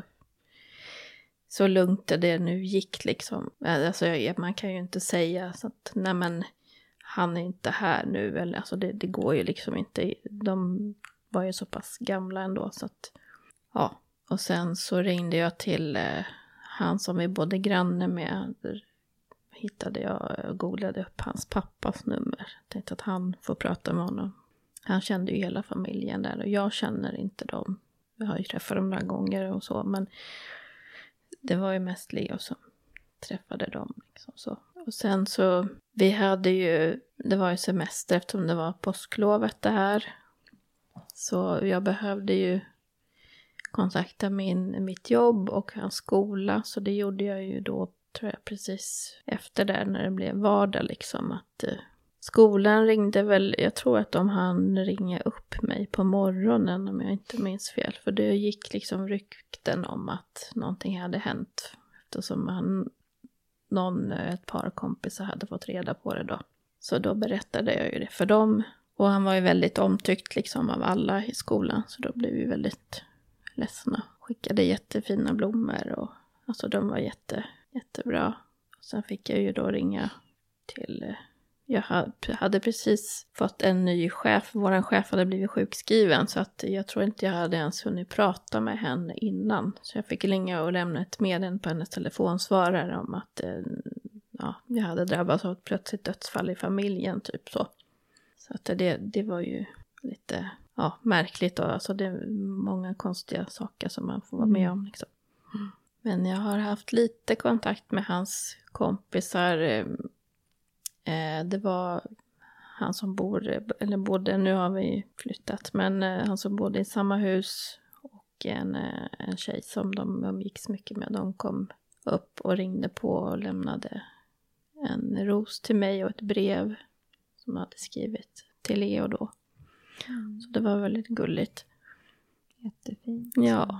så lugnt det nu gick liksom. Alltså man kan ju inte säga så att nej men han är inte här nu. Eller, alltså det går ju liksom inte. De var ju så pass gamla ändå så att ja. Och sen så ringde jag till han som vi bodde granne med. Hittade jag och googlade upp hans pappas nummer. Tänkte att han får prata med honom. Han kände ju hela familjen där och jag känner inte dem. Jag har ju träffat dem några gånger och så men det var ju mest Leo som träffade dem liksom så. Och sen så, vi hade ju, det var ju semester eftersom det var påsklovet det här. Så jag behövde ju kontakta mitt jobb och hans skola. Så det gjorde jag ju då, tror jag, precis efter där när det blev vardag liksom. Att skolan ringde väl, jag tror att de hann ringa upp mig på morgonen om jag inte minns fel. För det gick liksom rykten om att någonting hade hänt. Eftersom ett par kompisar hade fått reda på det då. Så då berättade jag ju det för dem. Och han var ju väldigt omtyckt liksom av alla i skolan. Så då blev vi väldigt ledsna. Skickade jättefina blommor och alltså de var jättebra. Och sen fick jag ju då ringa till... Jag hade precis fått en ny chef. Våran chef hade blivit sjukskriven. Så att jag tror inte jag hade ens hunnit prata med henne innan. Så jag fick ringa och lämna ett meddelande på hennes telefonsvarare om att jag hade drabbats av ett plötsligt dödsfall i familjen. Typ så. Så att det var ju lite märkligt. Och alltså det är många konstiga saker som man får vara med om. Liksom. Men jag har haft lite kontakt med hans kompisar. Det var han som bodde, nu har vi flyttat, men han som bodde i samma hus och en tjej som de umgicks mycket med. De kom upp och ringde på och lämnade en ros till mig och ett brev som jag hade skrivit till Leo då. Så det var väldigt gulligt. Jättefint. Ja.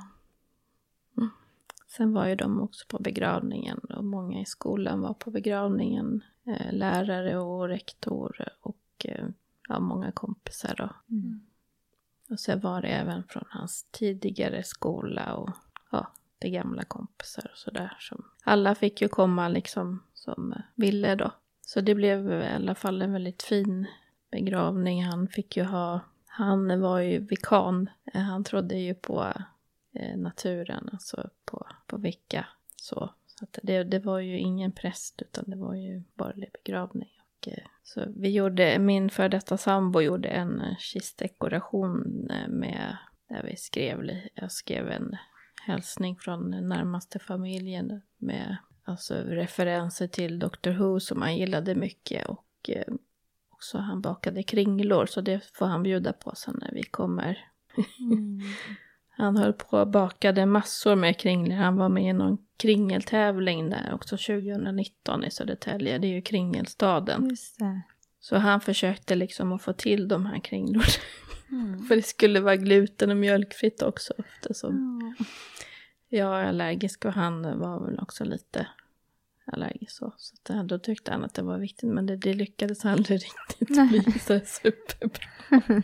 Sen var ju de också på begravningen och många i skolan var på begravningen. Lärare och rektor och många kompisar då. Och så var det även från hans tidigare skola och det gamla kompisar och sådär. Alla fick ju komma liksom som ville då. Så det blev i alla fall en väldigt fin begravning. Han var ju vikan. Han trodde ju på naturen, alltså på Vicka. Så att det var ju ingen präst utan det var ju borgerlig begravning. Och, så min för detta sambo gjorde en kistdekoration med där jag skrev en hälsning från den närmaste familjen med alltså referenser till Dr. Who som han gillade mycket och också han bakade kringlor så det får han bjuda på sen när vi kommer. Han höll på och bakade massor med kringlor. Han var med i någon kringeltävling där också 2019 i Södertälje. Det är ju kringelstaden. Just det. Så han försökte liksom att få till de här kringlorna. För det skulle vara gluten och mjölkfritt också. Eftersom jag är allergisk och han var väl också lite allergisk. Så då tyckte han att det var viktigt. Men det lyckades aldrig riktigt bli så superbra.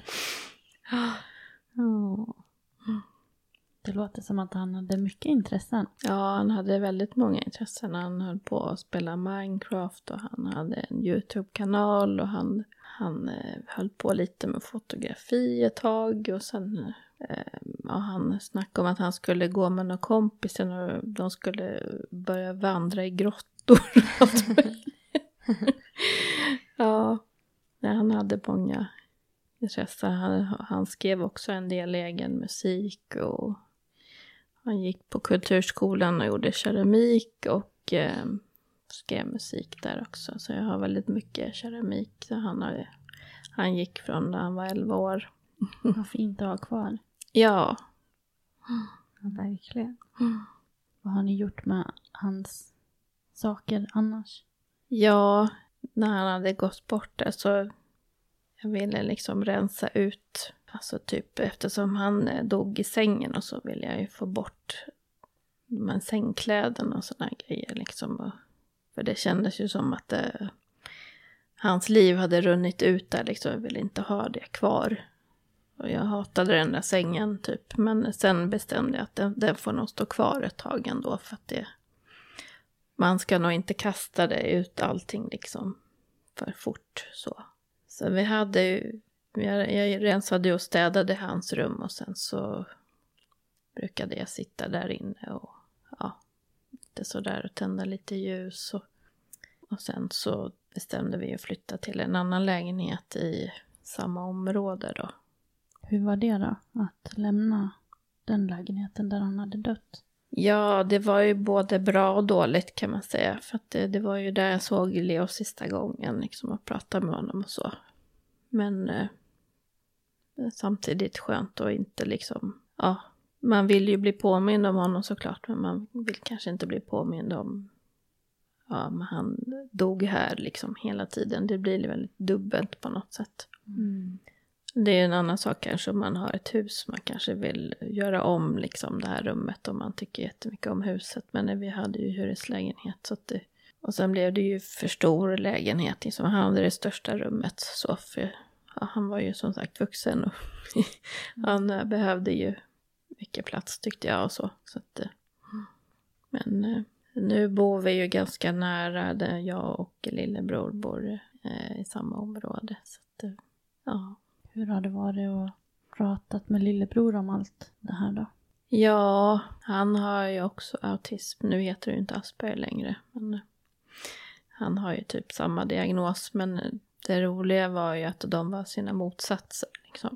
Det låter som att han hade mycket intressen. Ja, han hade väldigt många intressen. Han höll på att spela Minecraft och han hade en YouTube-kanal och han höll på lite med fotografi ett tag. Och sen han snackade om att han skulle gå med några kompisar och de skulle börja vandra i grottor. Han hade många intressen. Han skrev också en del egen musik och Han gick på kulturskolan och gjorde keramik och skrev musik där också. Så jag har väldigt mycket keramik. Så han gick från när han var 11 år. Vad fint att ha kvar. Ja. Ja, verkligen. Vad har ni gjort med hans saker annars? Ja, när han hade gått bort där så jag ville liksom rensa ut. Alltså typ eftersom han dog i sängen och så ville jag ju få bort de här sängkläderna och såna grejer liksom. För det kändes ju som att hans liv hade runnit ut där liksom. Jag ville inte ha det kvar. Och jag hatade den där sängen typ. Men sen bestämde jag att den får nog stå kvar ett tag ändå. För att man ska nog inte kasta det ut allting liksom för fort så. Så vi hade ju, jag rensade och städade hans rum och sen så brukade jag sitta där inne och lite sådär och tända lite ljus. Och sen så bestämde vi att flytta till en annan lägenhet i samma område då. Hur var det då? Att lämna den lägenheten där han hade dött? Ja, det var ju både bra och dåligt kan man säga. För att det var ju där jag såg Leo sista gången liksom, och pratade med honom och så. Men samtidigt skönt och inte liksom... Ja, man vill ju bli påmind om honom såklart. Men man vill kanske inte bli påmind om... Ja, men han dog här liksom hela tiden. Det blir väldigt dubbelt på något sätt. Mm. Det är en annan sak kanske om man har ett hus. Man kanske vill göra om liksom det här rummet om man tycker jättemycket om huset. Men vi hade ju hyreslägenhet. Så att och sen blev det ju för stor lägenhet. Liksom. Han hade det största rummet. Så för, han var ju som sagt vuxen. Och han behövde ju mycket plats tyckte jag och så. Så att, men nu bor vi ju ganska nära där jag och lillebror bor i samma område. Så att, ja. Hur har det varit att pratat med lillebror om allt det här då? Ja, han har ju också autism. Nu heter det ju inte Asperger längre. Men han har ju typ samma diagnos. Men det roliga var ju att de var sina motsatser. Liksom.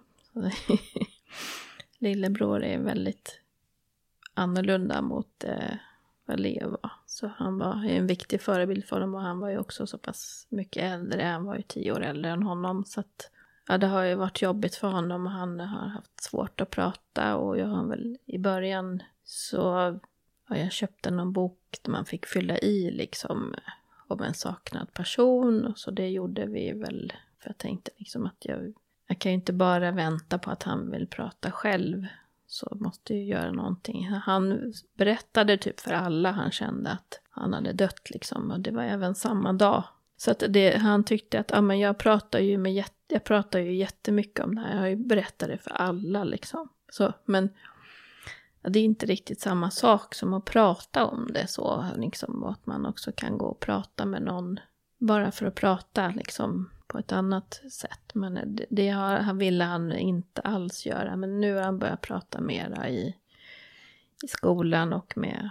Lillebror är väldigt annorlunda mot vad Leo var. Så han var en viktig förebild för dem. Och han var ju också så pass mycket äldre. Han var ju 10 år äldre än honom. Så att ja, det har ju varit jobbigt för honom och han har haft svårt att prata och jag har väl i början så jag köpte någon bok där man fick fylla i liksom om en saknad person och så det gjorde vi väl för jag tänkte liksom att jag kan ju inte bara vänta på att han vill prata själv så måste ju göra någonting. Han berättade typ för alla han kände att han hade dött liksom och det var även samma dag. Så att han tyckte att men jag pratar ju jättemycket om det här. Jag har ju berättat det för alla liksom. Så, men det är inte riktigt samma sak som att prata om det så. Liksom, och att man också kan gå och prata med någon bara för att prata liksom, på ett annat sätt. Men det ville han inte alls göra. Men nu har han börjat prata mera i skolan och med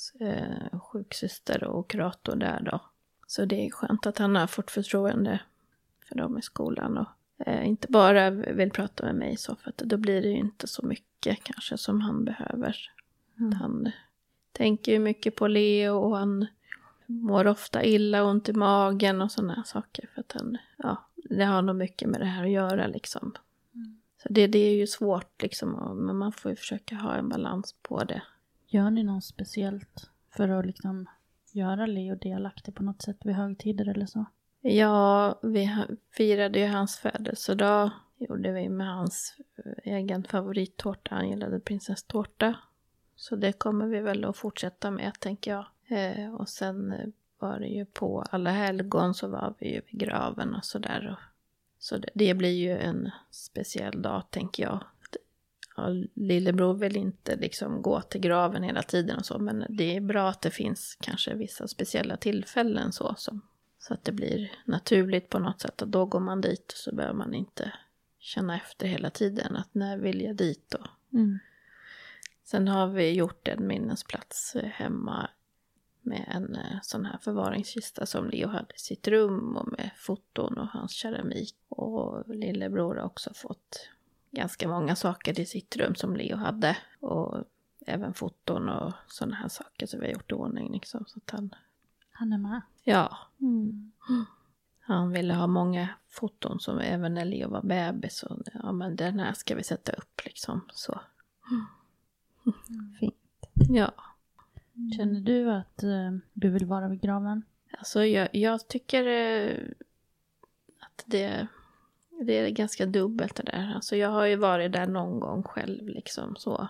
sjuksyster och kurator där då. Så det är skönt att han har fått förtroende för dem i skolan och inte bara vill prata med mig så för att då blir det ju inte så mycket kanske som han behöver. Han tänker ju mycket på Leo och han mår ofta illa och ont i magen och sådana saker för att det har nog mycket med det här att göra liksom. Så det är ju svårt liksom men man får ju försöka ha en balans på det. Gör ni något speciellt för att liksom göra Leo delaktig på något sätt vid högtider eller så? Ja, vi firade ju hans födelsedag. Gjorde vi med hans egen favorittårta. Han gillade prinsesstårta. Så det kommer vi väl att fortsätta med, tänker jag. Och sen var det ju på alla helgon så var vi ju vid graven och sådär. Så det blir ju en speciell dag, tänker jag. Ja, lillebror vill inte liksom gå till graven hela tiden och så. Men det är bra att det finns kanske vissa speciella tillfällen så att det blir naturligt på något sätt. Och då går man dit och så behöver man inte känna efter hela tiden. Att när vill jag dit då? Mm. Sen har vi gjort en minnesplats hemma med en sån här förvaringskista som Leo hade i sitt rum. Och med foton och hans keramik. Och lillebror har också fått ganska många saker i sitt rum som Leo hade. Och även foton och sådana här saker. Så vi har gjort i ordning liksom. Så att han är med? Ja. Han ville ha många foton som även när Leo var bebis. Så ja, men den här ska vi sätta upp liksom. Så. Fint. Ja. Känner du att du vill vara vid graven? Alltså jag tycker att det är ganska dubbelt det där. Alltså jag har ju varit där någon gång själv liksom så.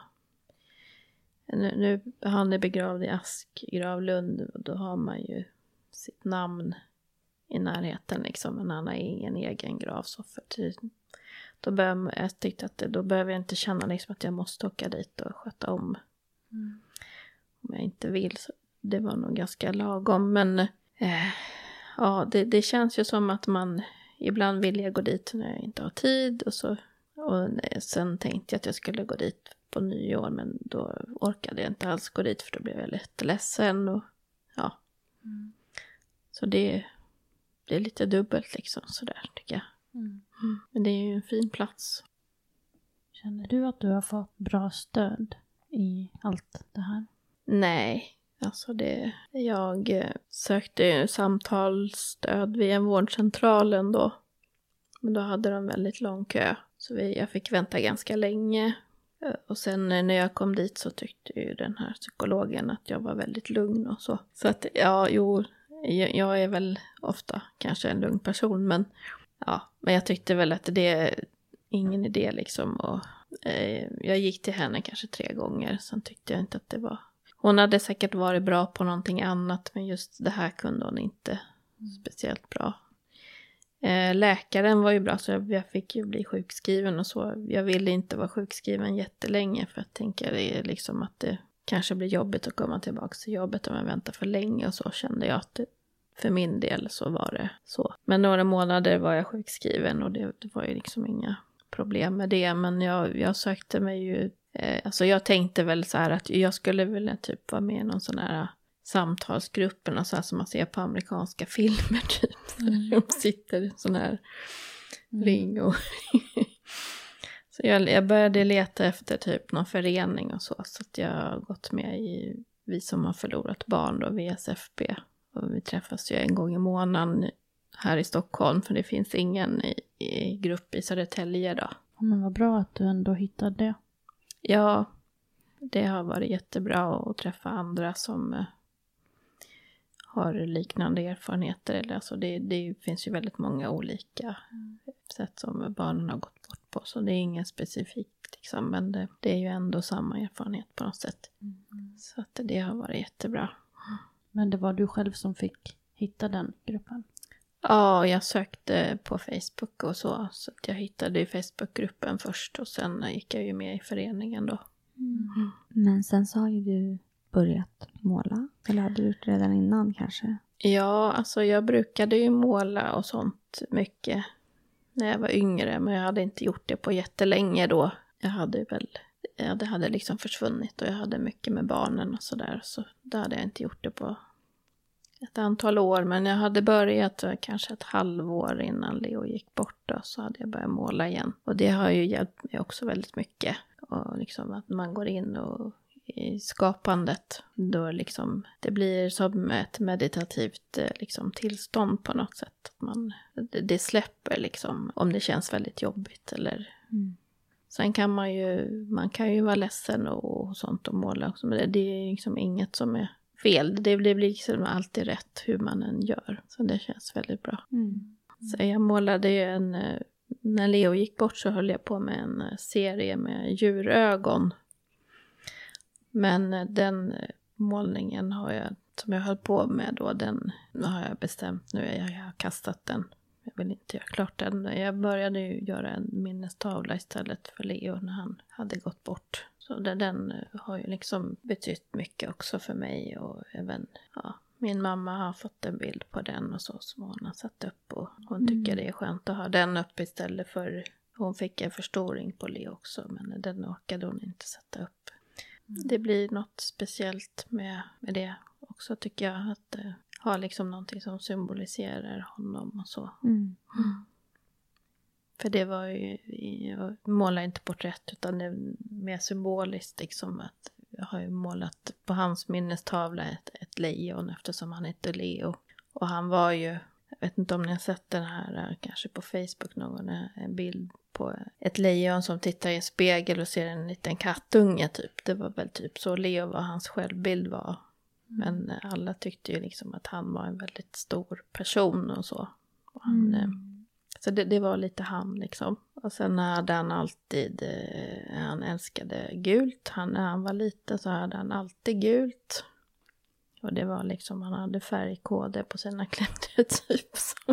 Nu han är begravd i Askgravlund och då har man ju sitt namn i närheten liksom. Men han har ingen egen grav så för jag tyckte att då behöver jag inte känna liksom att jag måste åka dit och sköta om. Om jag inte vill så det var nog ganska lagom. Men ja, det känns ju som att man ibland vill jag gå dit när jag inte har tid. Och sen tänkte jag att jag skulle gå dit på nyår. Men då orkade jag inte alls gå dit för då blev jag lite ledsen. Och, ja. Så det är lite dubbelt liksom sådär tycker jag. Men det är ju en fin plats. Känner du att du har fått bra stöd i allt det här? Nej, alltså jag sökte samtalsstöd vid en vårdcentralen då. Men då hade de väldigt lång kö. Så jag fick vänta ganska länge. Och sen när jag kom dit så tyckte ju den här psykologen att jag var väldigt lugn och så. Så att jag är väl ofta kanske en lugn person. Men jag tyckte väl att det är ingen idé liksom. Och, jag gick till henne kanske 3 gånger. Sen tyckte jag inte att det var... Hon hade säkert varit bra på någonting annat. Men just det här kunde hon inte speciellt bra. Läkaren var ju bra så jag fick ju bli sjukskriven och så. Jag ville inte vara sjukskriven jättelänge. För jag tänker det är liksom att det kanske blir jobbigt att komma tillbaka till jobbet om jag väntar för länge. Och så kände jag att för min del så var det så. Men några månader var jag sjukskriven och det var ju liksom inga problem med det. Men jag sökte mig ju... Alltså jag tänkte väl så här att jag skulle vilja typ vara med i någon sån här samtalsgrupperna så här som man ser på amerikanska filmer typ. De sitter i sån här ring och... Så jag började leta efter typ någon förening och så. Så att jag har gått med i Vi som har förlorat barn då, VSFB. Och vi träffas ju en gång i månaden här i Stockholm. För det finns ingen i grupp i Södertälje då. Men vad bra att du ändå hittade det. Ja, det har varit jättebra att träffa andra som har liknande erfarenheter. Eller alltså det finns ju väldigt många olika sätt som barnen har gått bort på. Så det är ingen specifikt liksom, men det är ju ändå samma erfarenhet på något sätt. Så att det har varit jättebra. Men det var du själv som fick hitta den gruppen? Ja, jag sökte på Facebook och så. Så att jag hittade i Facebookgruppen först och sen gick jag ju med i föreningen då. Men sen så har ju du börjat måla. Eller hade du gjort det redan innan kanske? Ja, alltså jag brukade ju måla och sånt mycket när jag var yngre. Men jag hade inte gjort det på jättelänge då. Det hade liksom försvunnit och jag hade mycket med barnen och sådär. Så då hade jag inte gjort det på ett antal år. Men jag hade börjat kanske ett halvår innan Leo gick bort då, så hade jag börjat måla igen. Och det har ju hjälpt mig också väldigt mycket. Och liksom att man går in och i skapandet då liksom det blir som ett meditativt liksom tillstånd på något sätt. Det släpper liksom om det känns väldigt jobbigt eller... Sen kan man kan ju vara ledsen och sånt och måla också. Men det är liksom inget som är fel. Det blir liksom alltid rätt hur man än gör. Så det känns väldigt bra. Så jag målade ju när Leo gick bort så höll jag på med en serie med djurögon. Men den målningen som jag höll på med då, den har jag bestämt nu. Jag har kastat den. Jag vill inte göra klart den. Jag började ju göra en minnestavla istället för Leo när han hade gått bort. Så den har ju liksom betytt mycket också för mig. Och även, min mamma har fått en bild på den och så som hon har satt upp. Och hon tycker det är skönt att ha den upp istället för... Hon fick en förstoring på Leo också, men den orkade hon inte sätta upp. Det blir något speciellt med det också tycker jag. Att ha liksom någonting som symboliserar honom och så. För det var ju, jag målar inte porträtt utan det är mer symboliskt liksom att jag har ju målat på hans minnestavla ett lejon eftersom han heter Leo. Och han var ju, jag vet inte om ni har sett den här kanske på Facebook någon, en bild på ett lejon som tittar i en spegel och ser en liten kattunge typ. Det var väl typ så Leo var, hans självbild var. Men alla tyckte ju liksom att han var en väldigt stor person och så. Och så det var lite han liksom. Och sen hade han alltid, han älskade gult. När han var liten så hade han alltid gult. Och det var liksom, han hade färgkoder på sina kläder typ.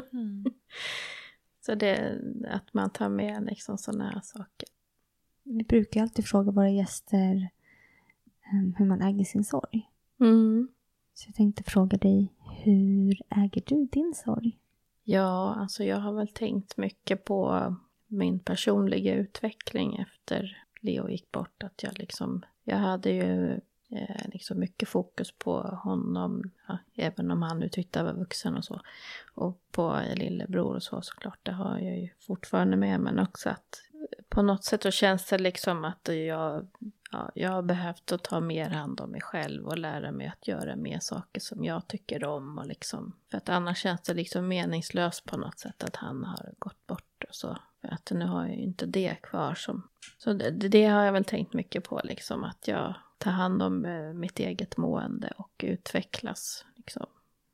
Så det, att man tar med liksom sådana här saker. Vi brukar alltid fråga våra gäster hur man äger sin sorg. Så jag tänkte fråga dig, hur äger du din sorg? Ja, alltså jag har väl tänkt mycket på min personliga utveckling efter Leo gick bort. Att jag hade ju liksom mycket fokus på honom, ja, även om han nu tyckte jag var vuxen och så. Och på lillebror och så, såklart, det har jag ju fortfarande med. Men också att på något sätt så känns det liksom att jag har behövt att ta mer hand om mig själv och lära mig att göra mer saker som jag tycker om. Och liksom, för att annars känns det liksom meningslöst på något sätt att han har gått bort och så. För att nu har jag ju inte det kvar. Så det har jag väl tänkt mycket på, liksom, att jag tar hand om mitt eget mående och utvecklas. Liksom.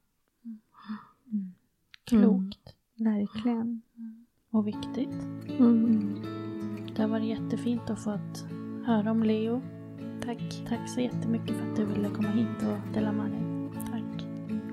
Klokt. Verkligen. Och viktigt. Det har varit jättefint att få höra om Leo. Tack så jättemycket för att du ville komma hit och dela med dig. Tack.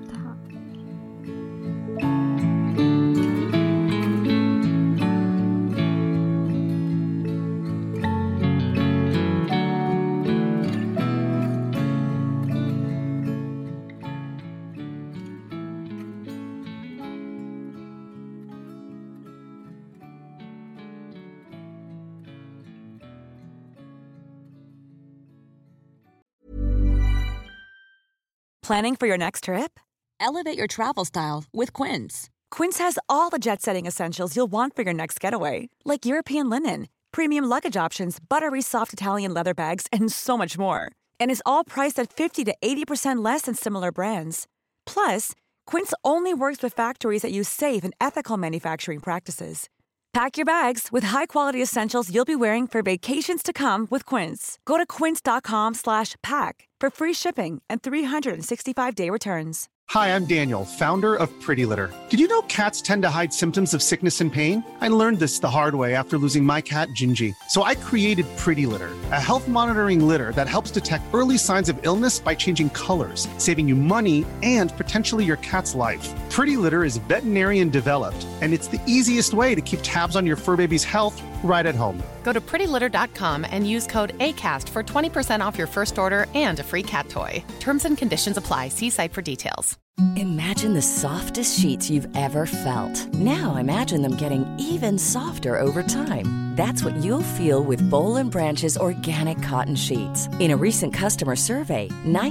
Planning for your next trip? Elevate your travel style with Quince. Quince has all the jet-setting essentials you'll want for your next getaway, like European linen, premium luggage options, buttery soft Italian leather bags, and so much more. And is all priced at 50 to 80% less than similar brands. Plus, Quince only works with factories that use safe and ethical manufacturing practices. Pack your bags with high-quality essentials you'll be wearing for vacations to come with Quince. Go to quince.com/pack for free shipping and 365-day returns. Hi, I'm Daniel, founder of Pretty Litter. Did you know cats tend to hide symptoms of sickness and pain? I learned this the hard way after losing my cat, Gingy. So I created Pretty Litter, a health monitoring litter that helps detect early signs of illness by changing colors, saving you money and potentially your cat's life. Pretty Litter is veterinarian developed, and it's the easiest way to keep tabs on your fur baby's health right at home. Go to prettylitter.com and use code ACAST for 20% off your first order and a free cat toy. Terms and conditions apply. See site for details. Imagine the softest sheets you've ever felt. Now imagine them getting even softer over time. That's what you'll feel with Boll & Branch's organic cotton sheets. In a recent customer survey,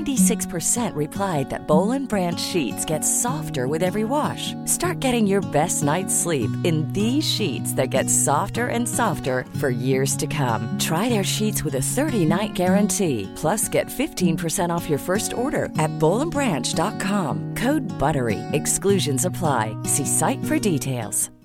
96% replied that Boll & Branch sheets get softer with every wash. Start getting your best night's sleep in these sheets that get softer and softer for years to come. Try their sheets with a 30-night guarantee. Plus, get 15% off your first order at bollandbranch.com. Code BUTTERY. Exclusions apply. See site for details.